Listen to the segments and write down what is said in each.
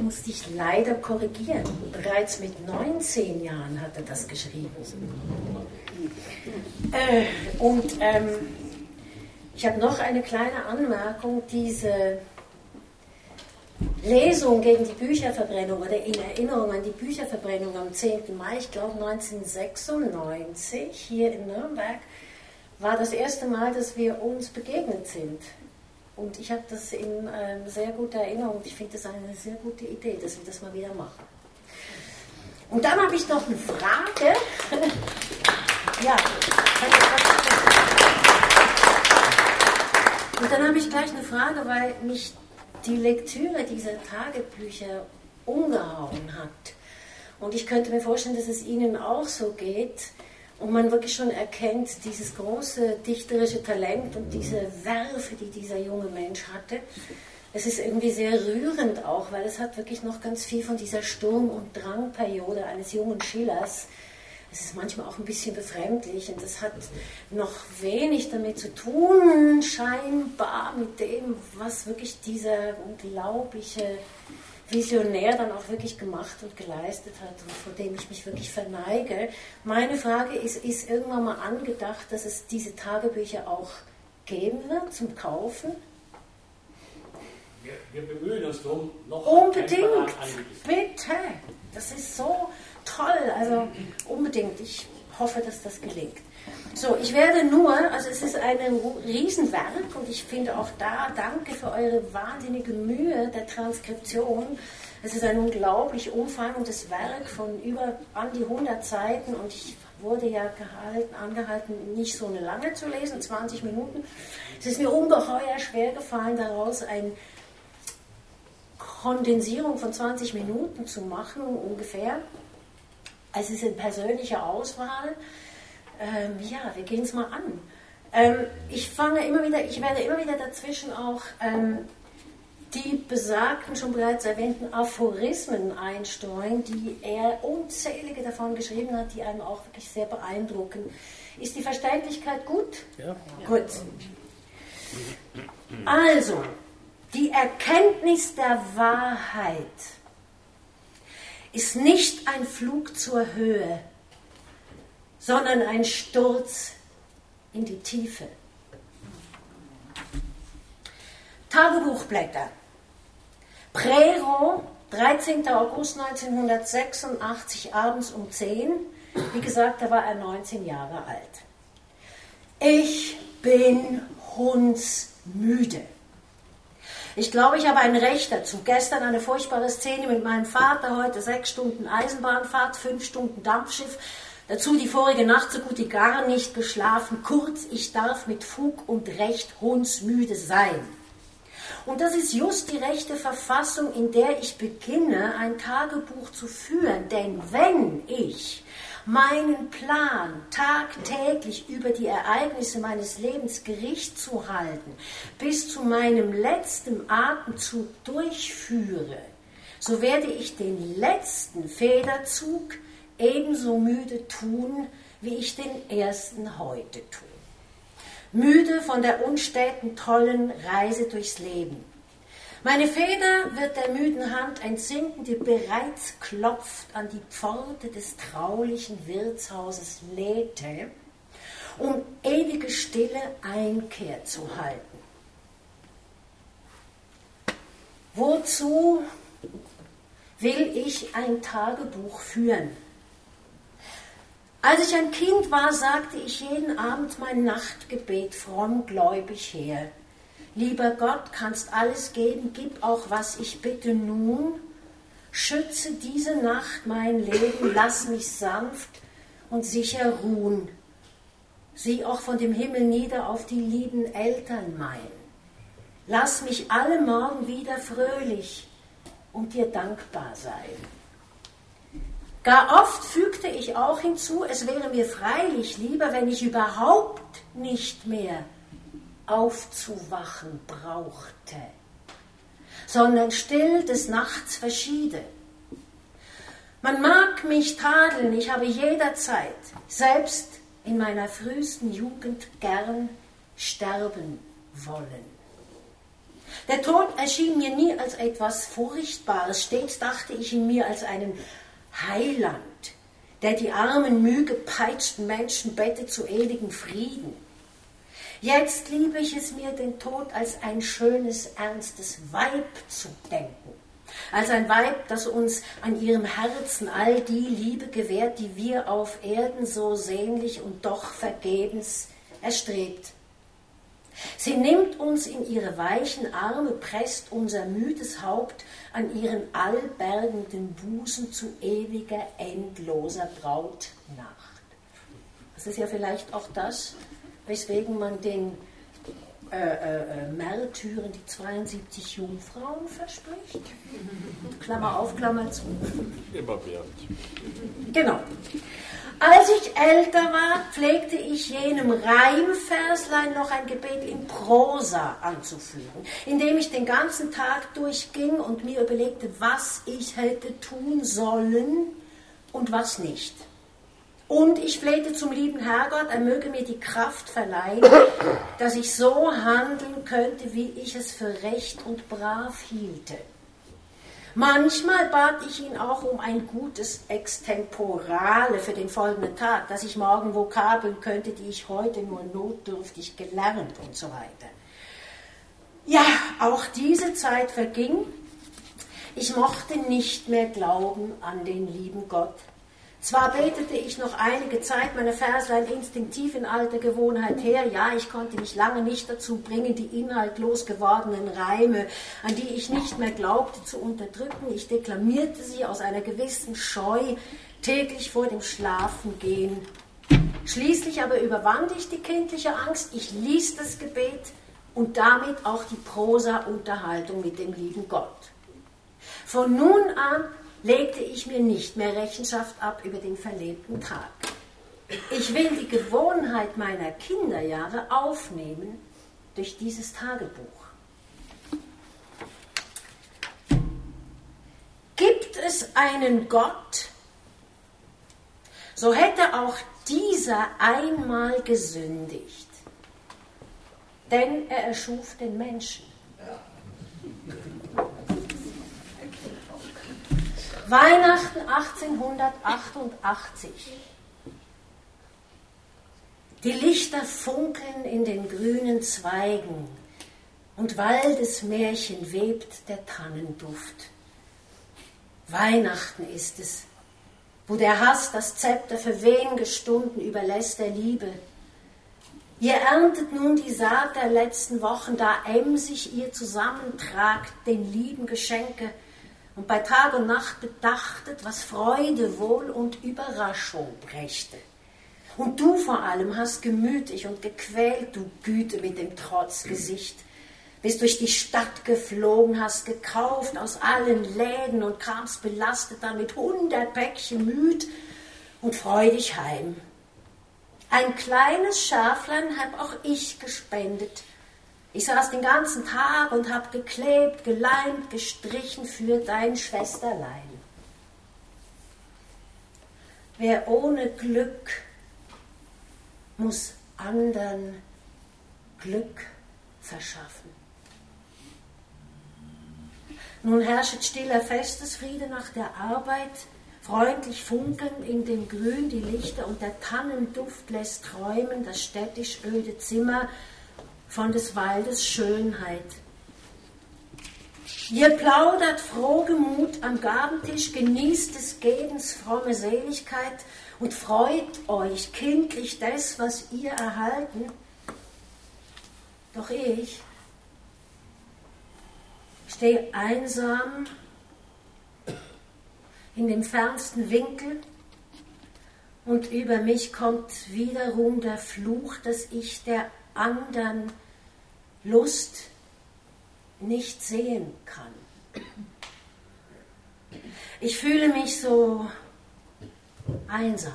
muss dich leider korrigieren. Bereits mit 19 Jahren hat er das geschrieben. Ich habe noch eine kleine Anmerkung. Diese Lesung gegen die Bücherverbrennung oder in Erinnerung an die Bücherverbrennung am 10. Mai, ich glaube 1996, hier in Nürnberg, war das erste Mal, dass wir uns begegnet sind. Und ich habe das in sehr guter Erinnerung. Ich finde das eine sehr gute Idee, dass wir das mal wieder machen. Und dann habe ich noch eine Frage. Ja, und dann habe ich gleich eine Frage, weil mich die Lektüre dieser Tagebücher umgehauen hat. Und ich könnte mir vorstellen, dass es Ihnen auch so geht. Und man wirklich schon erkennt, dieses große dichterische Talent und diese Werfe, die dieser junge Mensch hatte. Es ist irgendwie sehr rührend auch, weil es hat wirklich noch ganz viel von dieser Sturm- und Drangperiode eines jungen Schillers. Es ist manchmal auch ein bisschen befremdlich und das hat noch wenig damit zu tun, scheinbar mit dem, was wirklich dieser unglaubliche Visionär dann auch wirklich gemacht und geleistet hat und vor dem ich mich wirklich verneige. Meine Frage ist irgendwann mal angedacht, dass es diese Tagebücher auch geben wird zum Kaufen? Wir bemühen uns darum, noch unbedingt, bitte. Das ist so toll, also unbedingt. Ich hoffe, dass das gelingt. So, ich werde nur, also es ist ein Riesenwerk und ich finde auch da, danke für eure wahnsinnige Mühe der Transkription. Es ist ein unglaublich umfangendes Werk von über an die 100 Seiten und ich wurde ja angehalten, nicht so eine lange zu lesen, 20 Minuten. Es ist mir ungeheuer schwer gefallen, daraus eine Kondensierung von 20 Minuten zu machen, ungefähr. Es ist eine persönliche Auswahl. Ja, wir gehen es mal an. Ich werde immer wieder dazwischen auch die besagten, schon bereits erwähnten Aphorismen einstreuen, die er unzählige davon geschrieben hat, die einem auch wirklich sehr beeindrucken. Ist die Verständlichkeit gut? Ja. Gut. Also, die Erkenntnis der Wahrheit ist nicht ein Flug zur Höhe, sondern ein Sturz in die Tiefe. Tagebuchblätter. Prero, 13. August 1986, abends um 10. Wie gesagt, da war er 19 Jahre alt. Ich bin hundsmüde. Ich glaube, ich habe ein Recht dazu. Gestern eine furchtbare Szene mit meinem Vater, heute 6 Stunden Eisenbahnfahrt, 5 Stunden Dampfschiff. Dazu die vorige Nacht so gut wie gar nicht geschlafen. Kurz, ich darf mit Fug und Recht hundsmüde sein. Und das ist just die rechte Verfassung, in der ich beginne, ein Tagebuch zu führen. Denn wenn ich meinen Plan, tagtäglich über die Ereignisse meines Lebens Gericht zu halten, bis zu meinem letzten Atemzug durchführe, so werde ich den letzten Federzug ebenso müde tun, wie ich den ersten heute tue. Müde von der unsteten, tollen Reise durchs Leben. Meine Feder wird der müden Hand entsinken, die bereits klopft an die Pforte des traulichen Wirtshauses Lethe, um ewige Stille Einkehr zu halten. Wozu will ich ein Tagebuch führen? Als ich ein Kind war, sagte ich jeden Abend mein Nachtgebet frommgläubig her. Lieber Gott, kannst alles geben, gib auch, was ich bitte nun. Schütze diese Nacht mein Leben, lass mich sanft und sicher ruhen. Sieh auch von dem Himmel nieder auf die lieben Eltern mein. Lass mich alle Morgen wieder fröhlich und dir dankbar sein. Gar oft fügte ich auch hinzu, es wäre mir freilich lieber, wenn ich überhaupt nicht mehr aufzuwachen brauchte, sondern still des Nachts verschiede. Man mag mich tadeln, ich habe jederzeit, selbst in meiner frühesten Jugend, gern sterben wollen. Der Tod erschien mir nie als etwas Furchtbares, stets dachte ich in mir als einen Heiland, der die armen, mühgepeitschten Menschen bettet zu ewigem Frieden. Jetzt liebe ich es mir, den Tod als ein schönes, ernstes Weib zu denken. Als ein Weib, das uns an ihrem Herzen all die Liebe gewährt, die wir auf Erden so sehnlich und doch vergebens erstrebt. Sie nimmt uns in ihre weichen Arme, presst unser müdes Haupt an ihren allbergenden Busen zu ewiger, endloser Brautnacht. Das ist ja vielleicht auch das, weswegen man den Märtyrern die 72 Jungfrauen verspricht. Klammer auf, Klammer zu. Immer wert. Genau. Als ich älter war, pflegte ich jenem Reimverslein noch ein Gebet in Prosa anzuführen, indem ich den ganzen Tag durchging und mir überlegte, was ich hätte tun sollen und was nicht. Und ich flehte zum lieben Herrgott, er möge mir die Kraft verleihen, dass ich so handeln könnte, wie ich es für recht und brav hielte. Manchmal bat ich ihn auch um ein gutes Extemporale für den folgenden Tag, dass ich morgen Vokabeln könnte, die ich heute nur notdürftig gelernt und so weiter. Ja, auch diese Zeit verging. Ich mochte nicht mehr glauben an den lieben Gott. Zwar betete ich noch einige Zeit meine Verslein instinktiv in alter Gewohnheit her, ja, ich konnte mich lange nicht dazu bringen, die inhaltlos gewordenen Reime, an die ich nicht mehr glaubte, zu unterdrücken. Ich deklamierte sie aus einer gewissen Scheu täglich vor dem Schlafengehen. Schließlich aber überwand ich die kindliche Angst, ich ließ das Gebet und damit auch die Prosa-Unterhaltung mit dem lieben Gott. Von nun an legte ich mir nicht mehr Rechenschaft ab über den verlebten Tag. Ich will die Gewohnheit meiner Kinderjahre aufnehmen durch dieses Tagebuch. Gibt es einen Gott, so hätte auch dieser einmal gesündigt, denn er erschuf den Menschen. Weihnachten 1888. Die Lichter funkeln in den grünen Zweigen und Waldesmärchen webt der Tannenduft. Weihnachten ist es, wo der Hass das Zepter für wenige Stunden überlässt der Liebe. Ihr erntet nun die Saat der letzten Wochen, da emsig ihr zusammentragt den lieben Geschenke und bei Tag und Nacht bedachtet, was Freude, Wohl und Überraschung brächte. Und du vor allem hast gemütig und gequält, du Güte mit dem Trotzgesicht, bist durch die Stadt geflogen, hast gekauft aus allen Läden und kamst belastet dann mit 100 Päckchen müd und freudig heim. Ein kleines Schaflein hab auch ich gespendet. Ich saß den ganzen Tag und hab geklebt, geleimt, gestrichen für dein Schwesterlein. Wer ohne Glück muss andern Glück verschaffen. Nun herrschet stiller Festesfriede nach der Arbeit, freundlich funkeln in dem Grün die Lichter und der Tannenduft lässt träumen das städtisch öde Zimmer von des Waldes Schönheit. Ihr plaudert frohgemut am Gabentisch, genießt des Gebens fromme Seligkeit und freut euch kindlich des, was ihr erhalten. Doch ich stehe einsam in dem fernsten Winkel und über mich kommt wiederum der Fluch, dass ich der andern Lust nicht sehen kann. Ich fühle mich so einsam.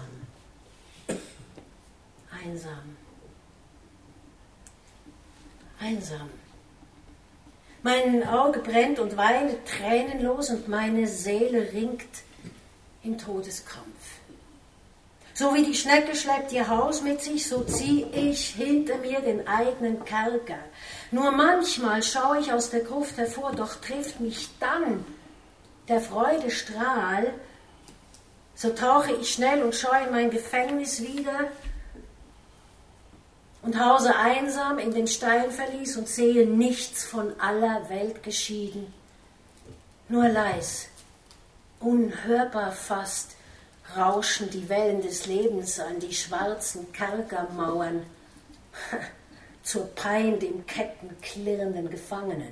Mein Auge brennt und weinet tränenlos und meine Seele ringt im Todeskampf. So wie die Schnecke schleppt ihr Haus mit sich, so ziehe ich hinter mir den eigenen Kerker. Nur manchmal schaue ich aus der Gruft hervor, doch trifft mich dann der Freudestrahl, so tauche ich schnell und scheue in mein Gefängnis wieder und hause einsam in den Steinverlies und sehe nichts von aller Welt geschieden. Nur leis, unhörbar fast, rauschen die Wellen des Lebens an die schwarzen Kerkermauern, zur Pein dem kettenklirrenden Gefangenen.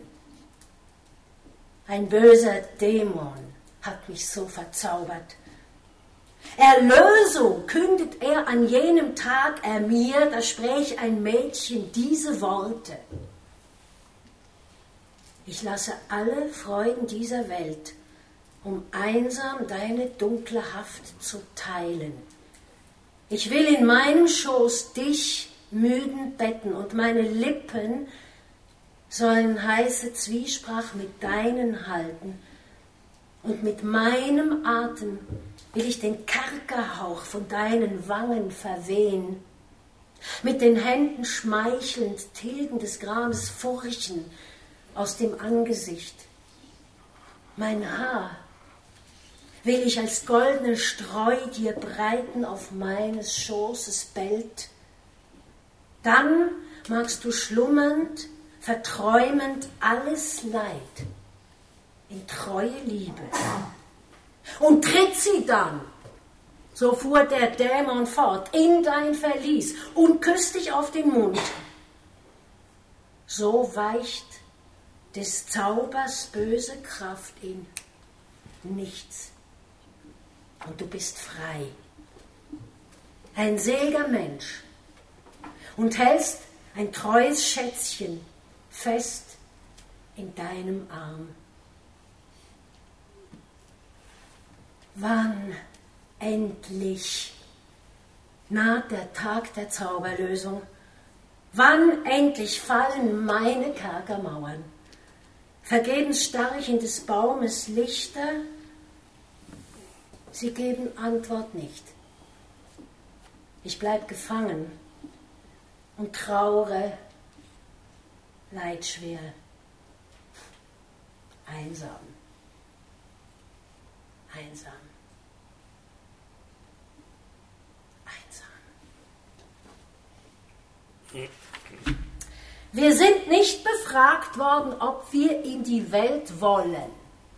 Ein böser Dämon hat mich so verzaubert. Erlösung kündet er an jenem Tag er mir, da spräch ein Mädchen diese Worte. Ich lasse alle Freuden dieser Welt, um einsam deine dunkle Haft zu teilen. Ich will in meinem Schoß dich müden betten und meine Lippen sollen heiße Zwiesprach mit deinen halten und mit meinem Atem will ich den Kerkerhauch von deinen Wangen verwehen, mit den Händen schmeichelnd tilgen des Grams Furchen aus dem Angesicht. Mein Haar will ich als goldene Streu dir breiten auf meines Schoßes Belt. Dann magst du schlummernd, verträumend alles Leid in treue Liebe. Und tritt sie dann, so fuhr der Dämon fort, in dein Verlies und küsst dich auf den Mund. So weicht des Zaubers böse Kraft in nichts. Und du bist frei, ein seliger Mensch, und hältst ein treues Schätzchen fest in deinem Arm. Wann endlich naht der Tag der Zauberlösung? Wann endlich fallen meine Kerkermauern? Vergebens starr ich in des Baumes Lichter, sie geben Antwort nicht. Ich bleib gefangen und traure leidschwer, einsam, einsam, einsam. Wir sind nicht befragt worden, ob wir in die Welt wollen.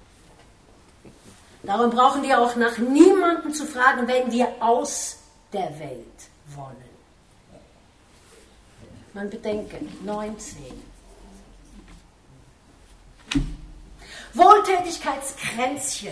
Darum brauchen wir auch nach niemandem zu fragen, wenn wir aus der Welt wollen. Man bedenke, 19. Wohltätigkeitskränzchen.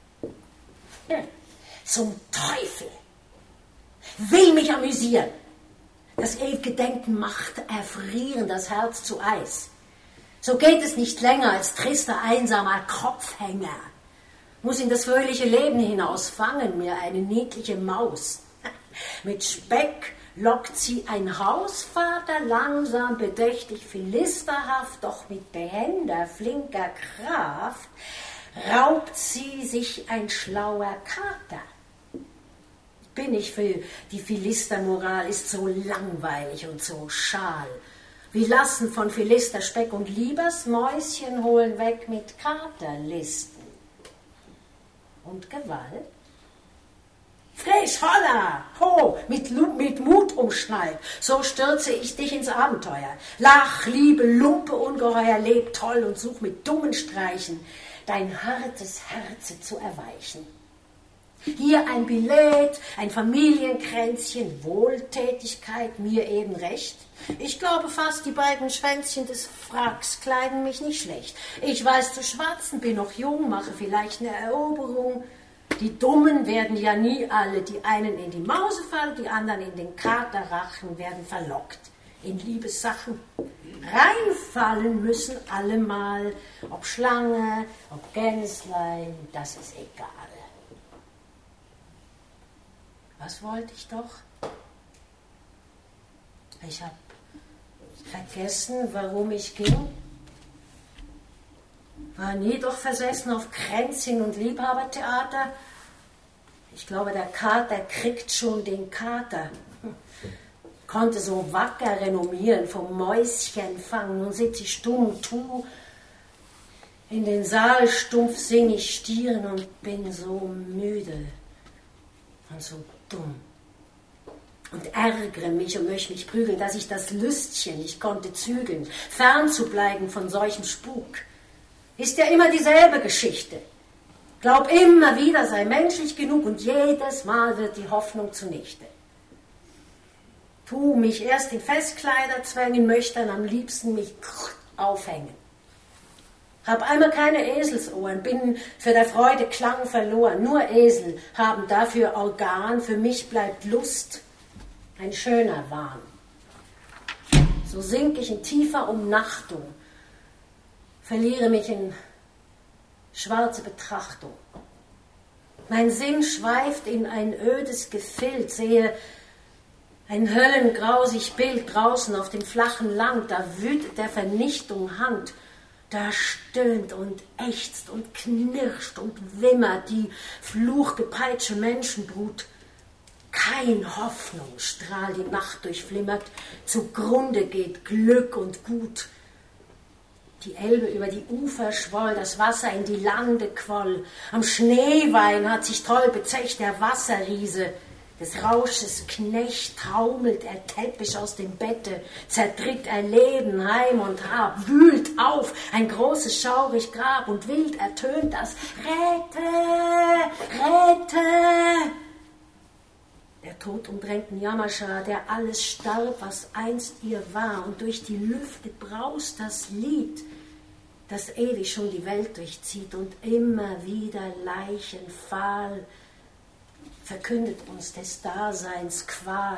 Zum Teufel. Will mich amüsieren. Das ewige Denken macht erfrieren das Herz zu Eis. So geht es nicht länger als trister, einsamer Kopfhänger. Muss in das fröhliche Leben hinaus, fangen mir eine niedliche Maus. Mit Speck lockt sie ein Hausvater langsam, bedächtig, philisterhaft, doch mit behender, flinker Kraft raubt sie sich ein schlauer Kater. Bin ich für die Philistermoral, ist so langweilig und so schal. Wir lassen von Philister Speck und Liebersmäuschen holen weg mit Katerlisten. Und Gewalt? Frisch, holla, ho, mit Mut umschnallt, so stürze ich dich ins Abenteuer. Lach, liebe, Lumpe, Ungeheuer, leb toll und such mit dummen Streichen dein hartes Herze zu erweichen. Hier ein Billett, ein Familienkränzchen, Wohltätigkeit, mir eben recht. Ich glaube fast, die beiden Schwänzchen des Fracks kleiden mich nicht schlecht. Ich weiß zu schwatzen, bin noch jung, mache vielleicht eine Eroberung. Die Dummen werden ja nie alle, die einen in die Mausefalle, die anderen in den Katerrachen, werden verlockt in Liebessachen. Reinfallen müssen allemal, ob Schlange, ob Gänslein, das ist egal. Was wollte ich doch? Ich habe vergessen, warum ich ging. War nie doch versessen auf Kränzchen und Liebhabertheater. Ich glaube, der Kater kriegt schon den Kater. Konnte so wacker renommieren, vom Mäuschen fangen. Nun sitze ich stumm, tu in den Saal stumpfsinnig stieren und bin so müde und so dumm. Und ärgere mich und möchte mich prügeln, dass ich das Lüstchen nicht konnte zügeln, fern zu bleiben von solchem Spuk. Ist ja immer dieselbe Geschichte. Glaub immer wieder, sei menschlich genug und jedes Mal wird die Hoffnung zunichte. Tu mich erst in Festkleider zwängen, möchte dann am liebsten mich aufhängen. Hab einmal keine Eselsohren, bin für der Freude Klang verloren. Nur Esel haben dafür Organ, für mich bleibt Lust ein schöner Wahn. So sink ich in tiefer Umnachtung, verliere mich in schwarze Betrachtung. Mein Sinn schweift in ein ödes Gefild, sehe ein höllengrausig Bild draußen auf dem flachen Land, da wütet der Vernichtung Hand, da stöhnt und ächzt und knirscht und wimmert die fluchgepeitsche Menschenbrut. Kein Hoffnungsstrahl die Nacht durchflimmert, zugrunde geht Glück und Gut. Die Elbe über die Ufer schwoll, das Wasser in die Lande quoll. Am Schneewein hat sich toll bezecht der Wasserriese. Des Rausches Knecht taumelt er täppisch aus dem Bette, zertritt er Leben, Heim und Hab, wühlt auf ein großes schaurig Grab und wild ertönt das Rette, Rette. Der todumdrängten Jammerschar, der alles starb, was einst ihr war, und durch die Lüfte braust das Lied, das ewig schon die Welt durchzieht und immer wieder leichenfahl verkündet uns des Daseins Qual.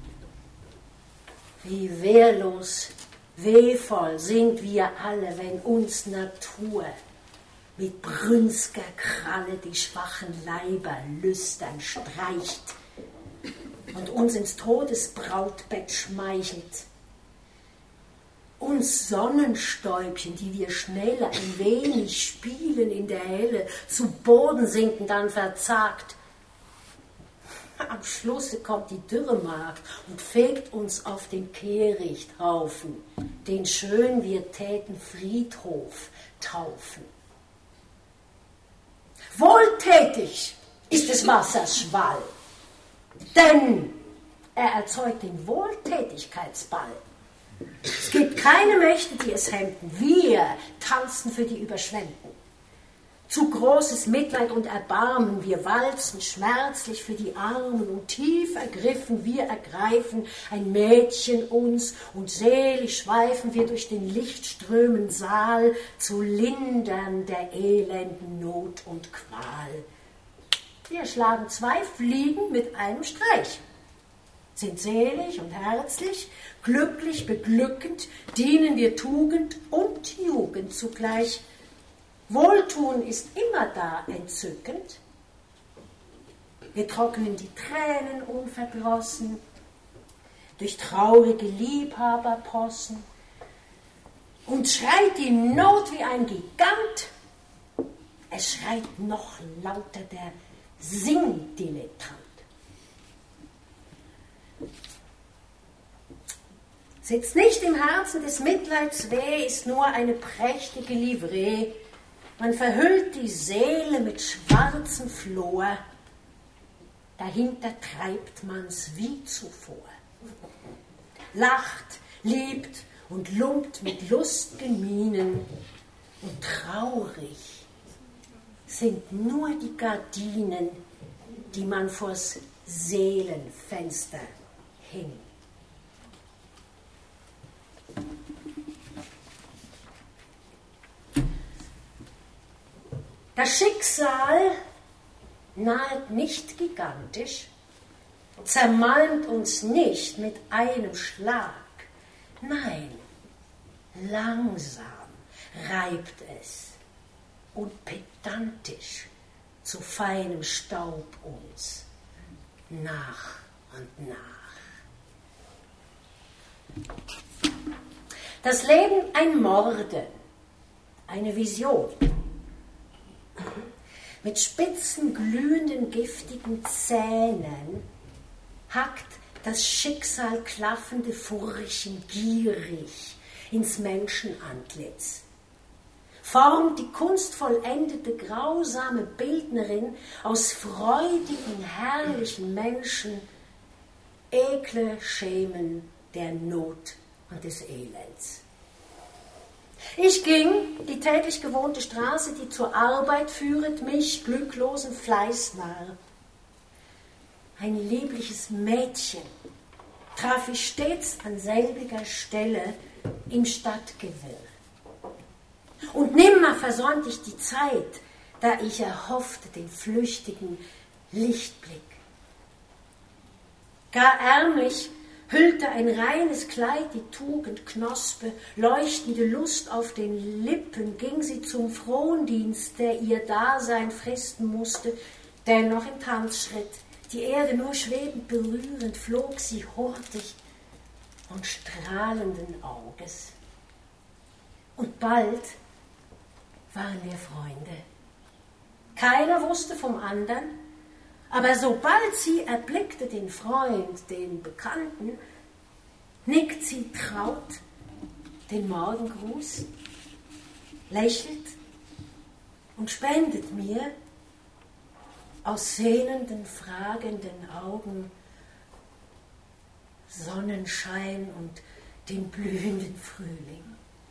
Wie wehrlos, wehvoll sind wir alle, wenn uns Natur mit brünsker Kralle die schwachen Leiber lüstern streicht und uns ins Todesbrautbett schmeichelt. Uns Sonnenstäubchen, die wir schnell ein wenig spielen in der Helle, zu Boden sinken, dann verzagt. Am Schlusse kommt die Dürremagd und fegt uns auf den Kehrichthaufen, den schön wir täten Friedhof taufen. Wohltätig ist des Wassers Schwall, denn er erzeugt den Wohltätigkeitsball. Es gibt keine Mächte, die es hemden. Wir tanzen für die Überschwemmten. Zu großes Mitleid und Erbarmen, wir walzen schmerzlich für die Armen und tief ergriffen, wir ergreifen ein Mädchen uns und selig schweifen wir durch den lichtströmenden Saal zu lindern der elenden Not und Qual. Wir schlagen 2 Fliegen mit einem Streich, sind selig und herzlich, glücklich, beglückend, dienen wir Tugend und Jugend zugleich. Wohltun ist immer da entzückend. Wir trocknen die Tränen unverdrossen, durch traurige Liebhaberpossen, und schreit die Not wie ein Gigant. Es schreit noch lauter der Singdilettant. Sitzt nicht im Herzen des Mitleids weh, ist nur eine prächtige Livree. Man verhüllt die Seele mit schwarzem Flor, dahinter treibt man's wie zuvor. Lacht, liebt und lumpt mit lust'gen Mienen, und traurig sind nur die Gardinen, die man vors Seelenfenster hing. Das Schicksal nahet nicht gigantisch, zermalmt uns nicht mit einem Schlag. Nein, langsam reibt es und pedantisch zu feinem Staub uns nach und nach. Das Leben ein Morden, eine Vision. Mit spitzen, glühenden, giftigen Zähnen hackt das Schicksal klaffende Furchen gierig ins Menschenantlitz. Formt die kunstvollendete, grausame Bildnerin aus freudigen, herrlichen Menschen ekle Schemen der Not und des Elends. Ich ging die täglich gewohnte Straße, die zur Arbeit führet, mich glücklosen Fleißnarr. Ein liebliches Mädchen traf ich stets an selbiger Stelle im Stadtgewirr. Und nimmer versäumte ich die Zeit, da ich erhoffte den flüchtigen Lichtblick. Gar ärmlich hüllte ein reines Kleid die Tugend Knospe, leuchtende Lust auf den Lippen, ging sie zum Frondienst, der ihr Dasein fristen musste, dennoch im Tanzschritt, die Erde nur schwebend berührend, flog sie hurtig und strahlenden Auges. Und bald waren wir Freunde. Keiner wusste vom anderen, aber sobald sie erblickte den Freund, den Bekannten, nickt sie traut den Morgengruß, lächelt und spendet mir aus sehnenden, fragenden Augen Sonnenschein und den blühenden Frühling.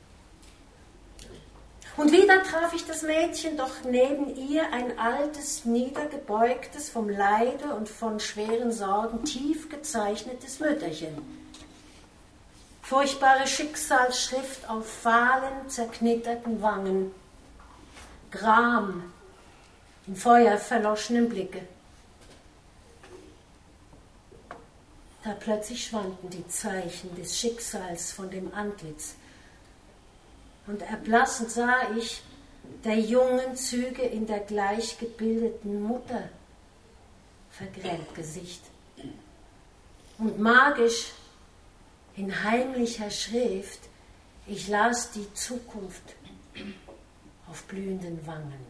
Und wieder traf ich das Mädchen, doch neben ihr ein altes, niedergebeugtes, vom Leide und von schweren Sorgen tief gezeichnetes Mütterchen. Furchtbare Schicksalsschrift auf fahlen, zerknitterten Wangen. Gram in feuerverloschenen Blicke. Da plötzlich schwanden die Zeichen des Schicksals von dem Antlitz. Und erblassend sah ich der jungen Züge in der gleichgebildeten Mutter vergrämt Gesicht. Und magisch in heimlicher Schrift, ich las die Zukunft auf blühenden Wangen.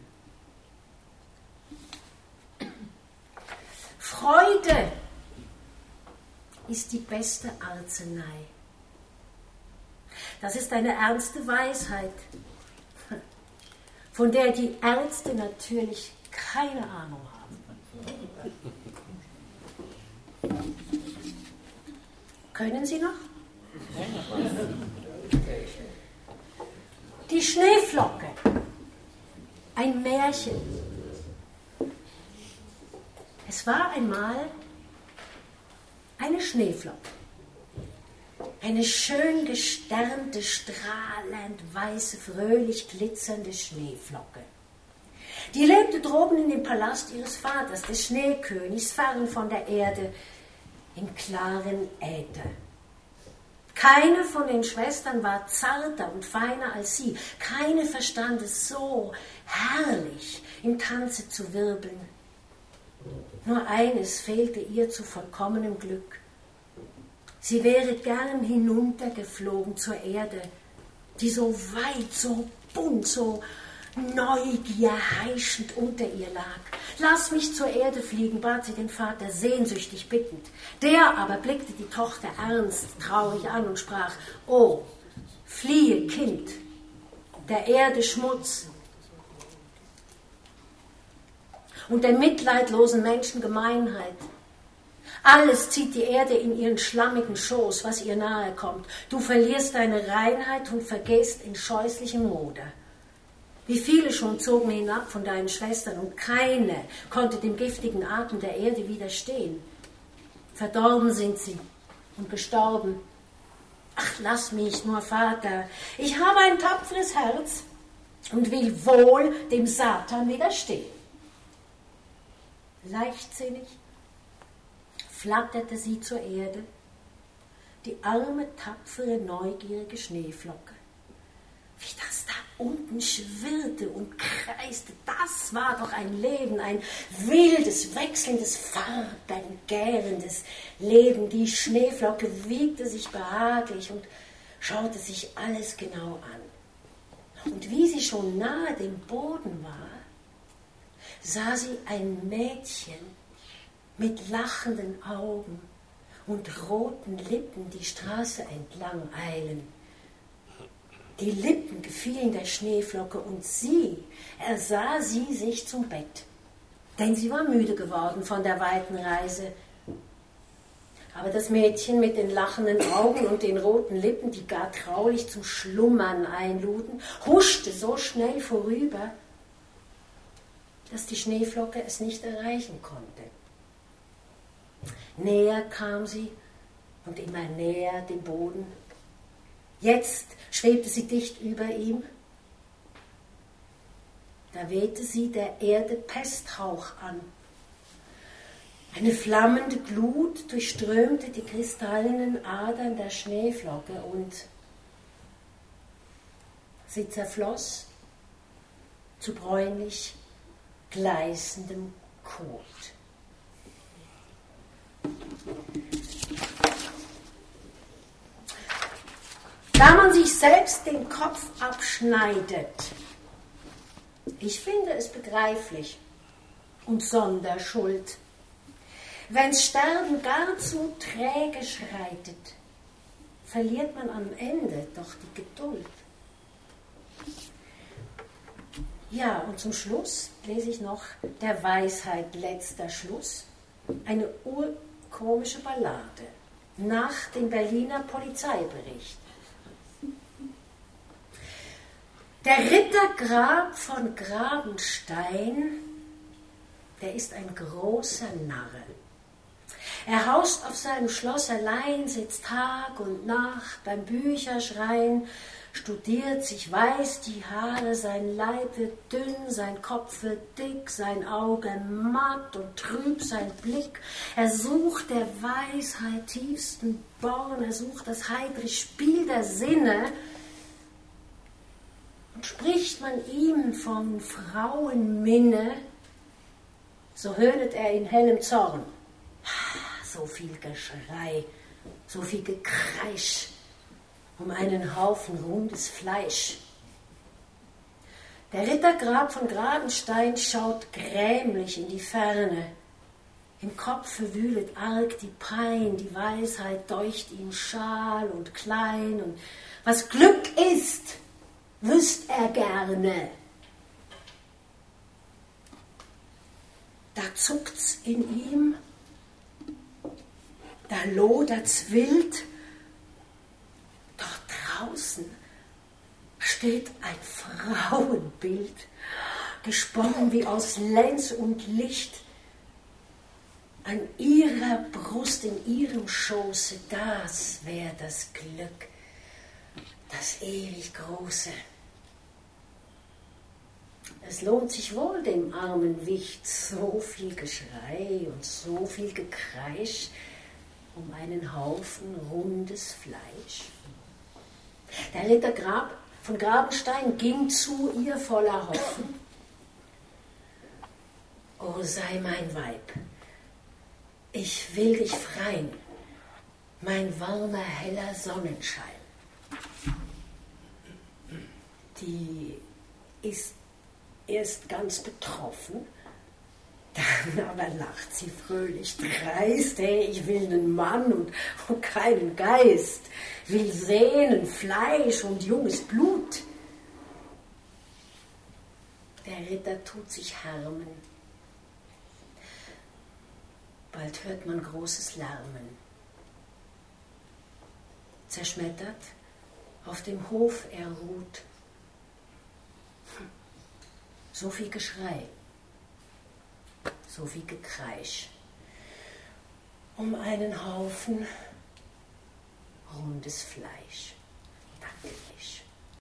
Freude ist die beste Arznei. Das ist eine ernste Weisheit, von der die Ärzte natürlich keine Ahnung haben. Können Sie noch? Die Schneeflocke, ein Märchen. Es war einmal eine Schneeflocke. Eine schön gesternte, strahlend weiße, fröhlich glitzernde Schneeflocke. Die lebte droben in dem Palast ihres Vaters, des Schneekönigs, fern von der Erde, im klaren Äther. Keine von den Schwestern war zarter und feiner als sie. Keine verstand es so herrlich im Tanze zu wirbeln. Nur eines fehlte ihr zu vollkommenem Glück. Sie wäre gern hinuntergeflogen zur Erde, die so weit, so bunt, so neugierheischend unter ihr lag. Lass mich zur Erde fliegen, bat sie den Vater sehnsüchtig bittend. Der aber blickte die Tochter ernst, traurig an und sprach: Oh, fliehe, Kind, der Erde Schmutz und der mitleidlosen Menschen Gemeinheit. Alles zieht die Erde in ihren schlammigen Schoß, was ihr nahe kommt. Du verlierst deine Reinheit und vergehst in scheußlichem Moder. Wie viele schon zogen hinab von deinen Schwestern und keine konnte dem giftigen Atem der Erde widerstehen. Verdorben sind sie und gestorben. Ach, lass mich nur, Vater, ich habe ein tapferes Herz und will wohl dem Satan widerstehen. Leichtsinnig flatterte sie zur Erde, die arme, tapfere, neugierige Schneeflocke. Wie das da unten schwirrte und kreiste, das war doch ein Leben, ein wildes, wechselndes, farbengärendes Leben. Die Schneeflocke wiegte sich behaglich und schaute sich alles genau an. Und wie sie schon nahe dem Boden war, sah sie ein Mädchen mit lachenden Augen und roten Lippen die Straße entlang eilen. Die Lippen gefielen der Schneeflocke und ersah sie sich zum Bett, denn sie war müde geworden von der weiten Reise. Aber das Mädchen mit den lachenden Augen und den roten Lippen, die gar traulich zum Schlummern einluden, huschte so schnell vorüber, dass die Schneeflocke es nicht erreichen konnte. Näher kam sie und immer näher dem Boden. Jetzt schwebte sie dicht über ihm. Da wehte sie der Erde Pesthauch an. Eine flammende Glut durchströmte die kristallenen Adern der Schneeflocke und sie zerfloss zu bräunlich gleißendem Kot. Da man sich selbst den Kopf abschneidet, ich finde es begreiflich und Sonderschuld, wenn's Sterben gar zu träge schreitet, verliert man am Ende doch die Geduld. Ja, und zum Schluss lese ich noch der Weisheit letzter Schluss, eine urkomische Ballade nach dem Berliner Polizeibericht. Der Ritter Grab von Grabenstein, der ist ein großer Narre. Er haust auf seinem Schloss allein, sitzt Tag und Nacht beim Bücherschrein, studiert sich weiß die Haare, sein Leib wird dünn, sein Kopf wird dick, sein Auge matt und trüb sein Blick. Er sucht der Weisheit tiefsten Born, er sucht das heitere Spiel der Sinne. Und spricht man ihm von Frauenminne, so höhnet er in hellem Zorn. So viel Geschrei, so viel Gekreisch um einen Haufen rundes Fleisch. Der Ritter Grab von Grabenstein schaut grämlich in die Ferne. Im Kopfe wühlet arg die Pein, die Weisheit deucht ihm schal und klein. Und was Glück ist, wüsst er gerne. Da zuckt's in ihm, da lodert's wild. Dort draußen steht ein Frauenbild, gesponnen wie aus Lenz und Licht. An ihrer Brust, in ihrem Schoße, das wär das Glück, das ewig Große. Es lohnt sich wohl dem armen Wicht so viel Geschrei und so viel Gekreisch um einen Haufen rundes Fleisch. Der Ritter von Grabenstein ging zu ihr voller Hoffen. O sei mein Weib, ich will dich freien, mein warmer, heller Sonnenschein. Die ist erst ganz betroffen, dann aber lacht sie fröhlich dreist. Hey, ich will einen Mann und keinen Geist, will Sehnen, Fleisch und junges Blut. Der Ritter tut sich härmen. Bald hört man großes Lärmen. Zerschmettert auf dem Hof er ruht. So viel Geschrei, so viel Gekreisch um einen Haufen rundes Fleisch. Danke, Misch.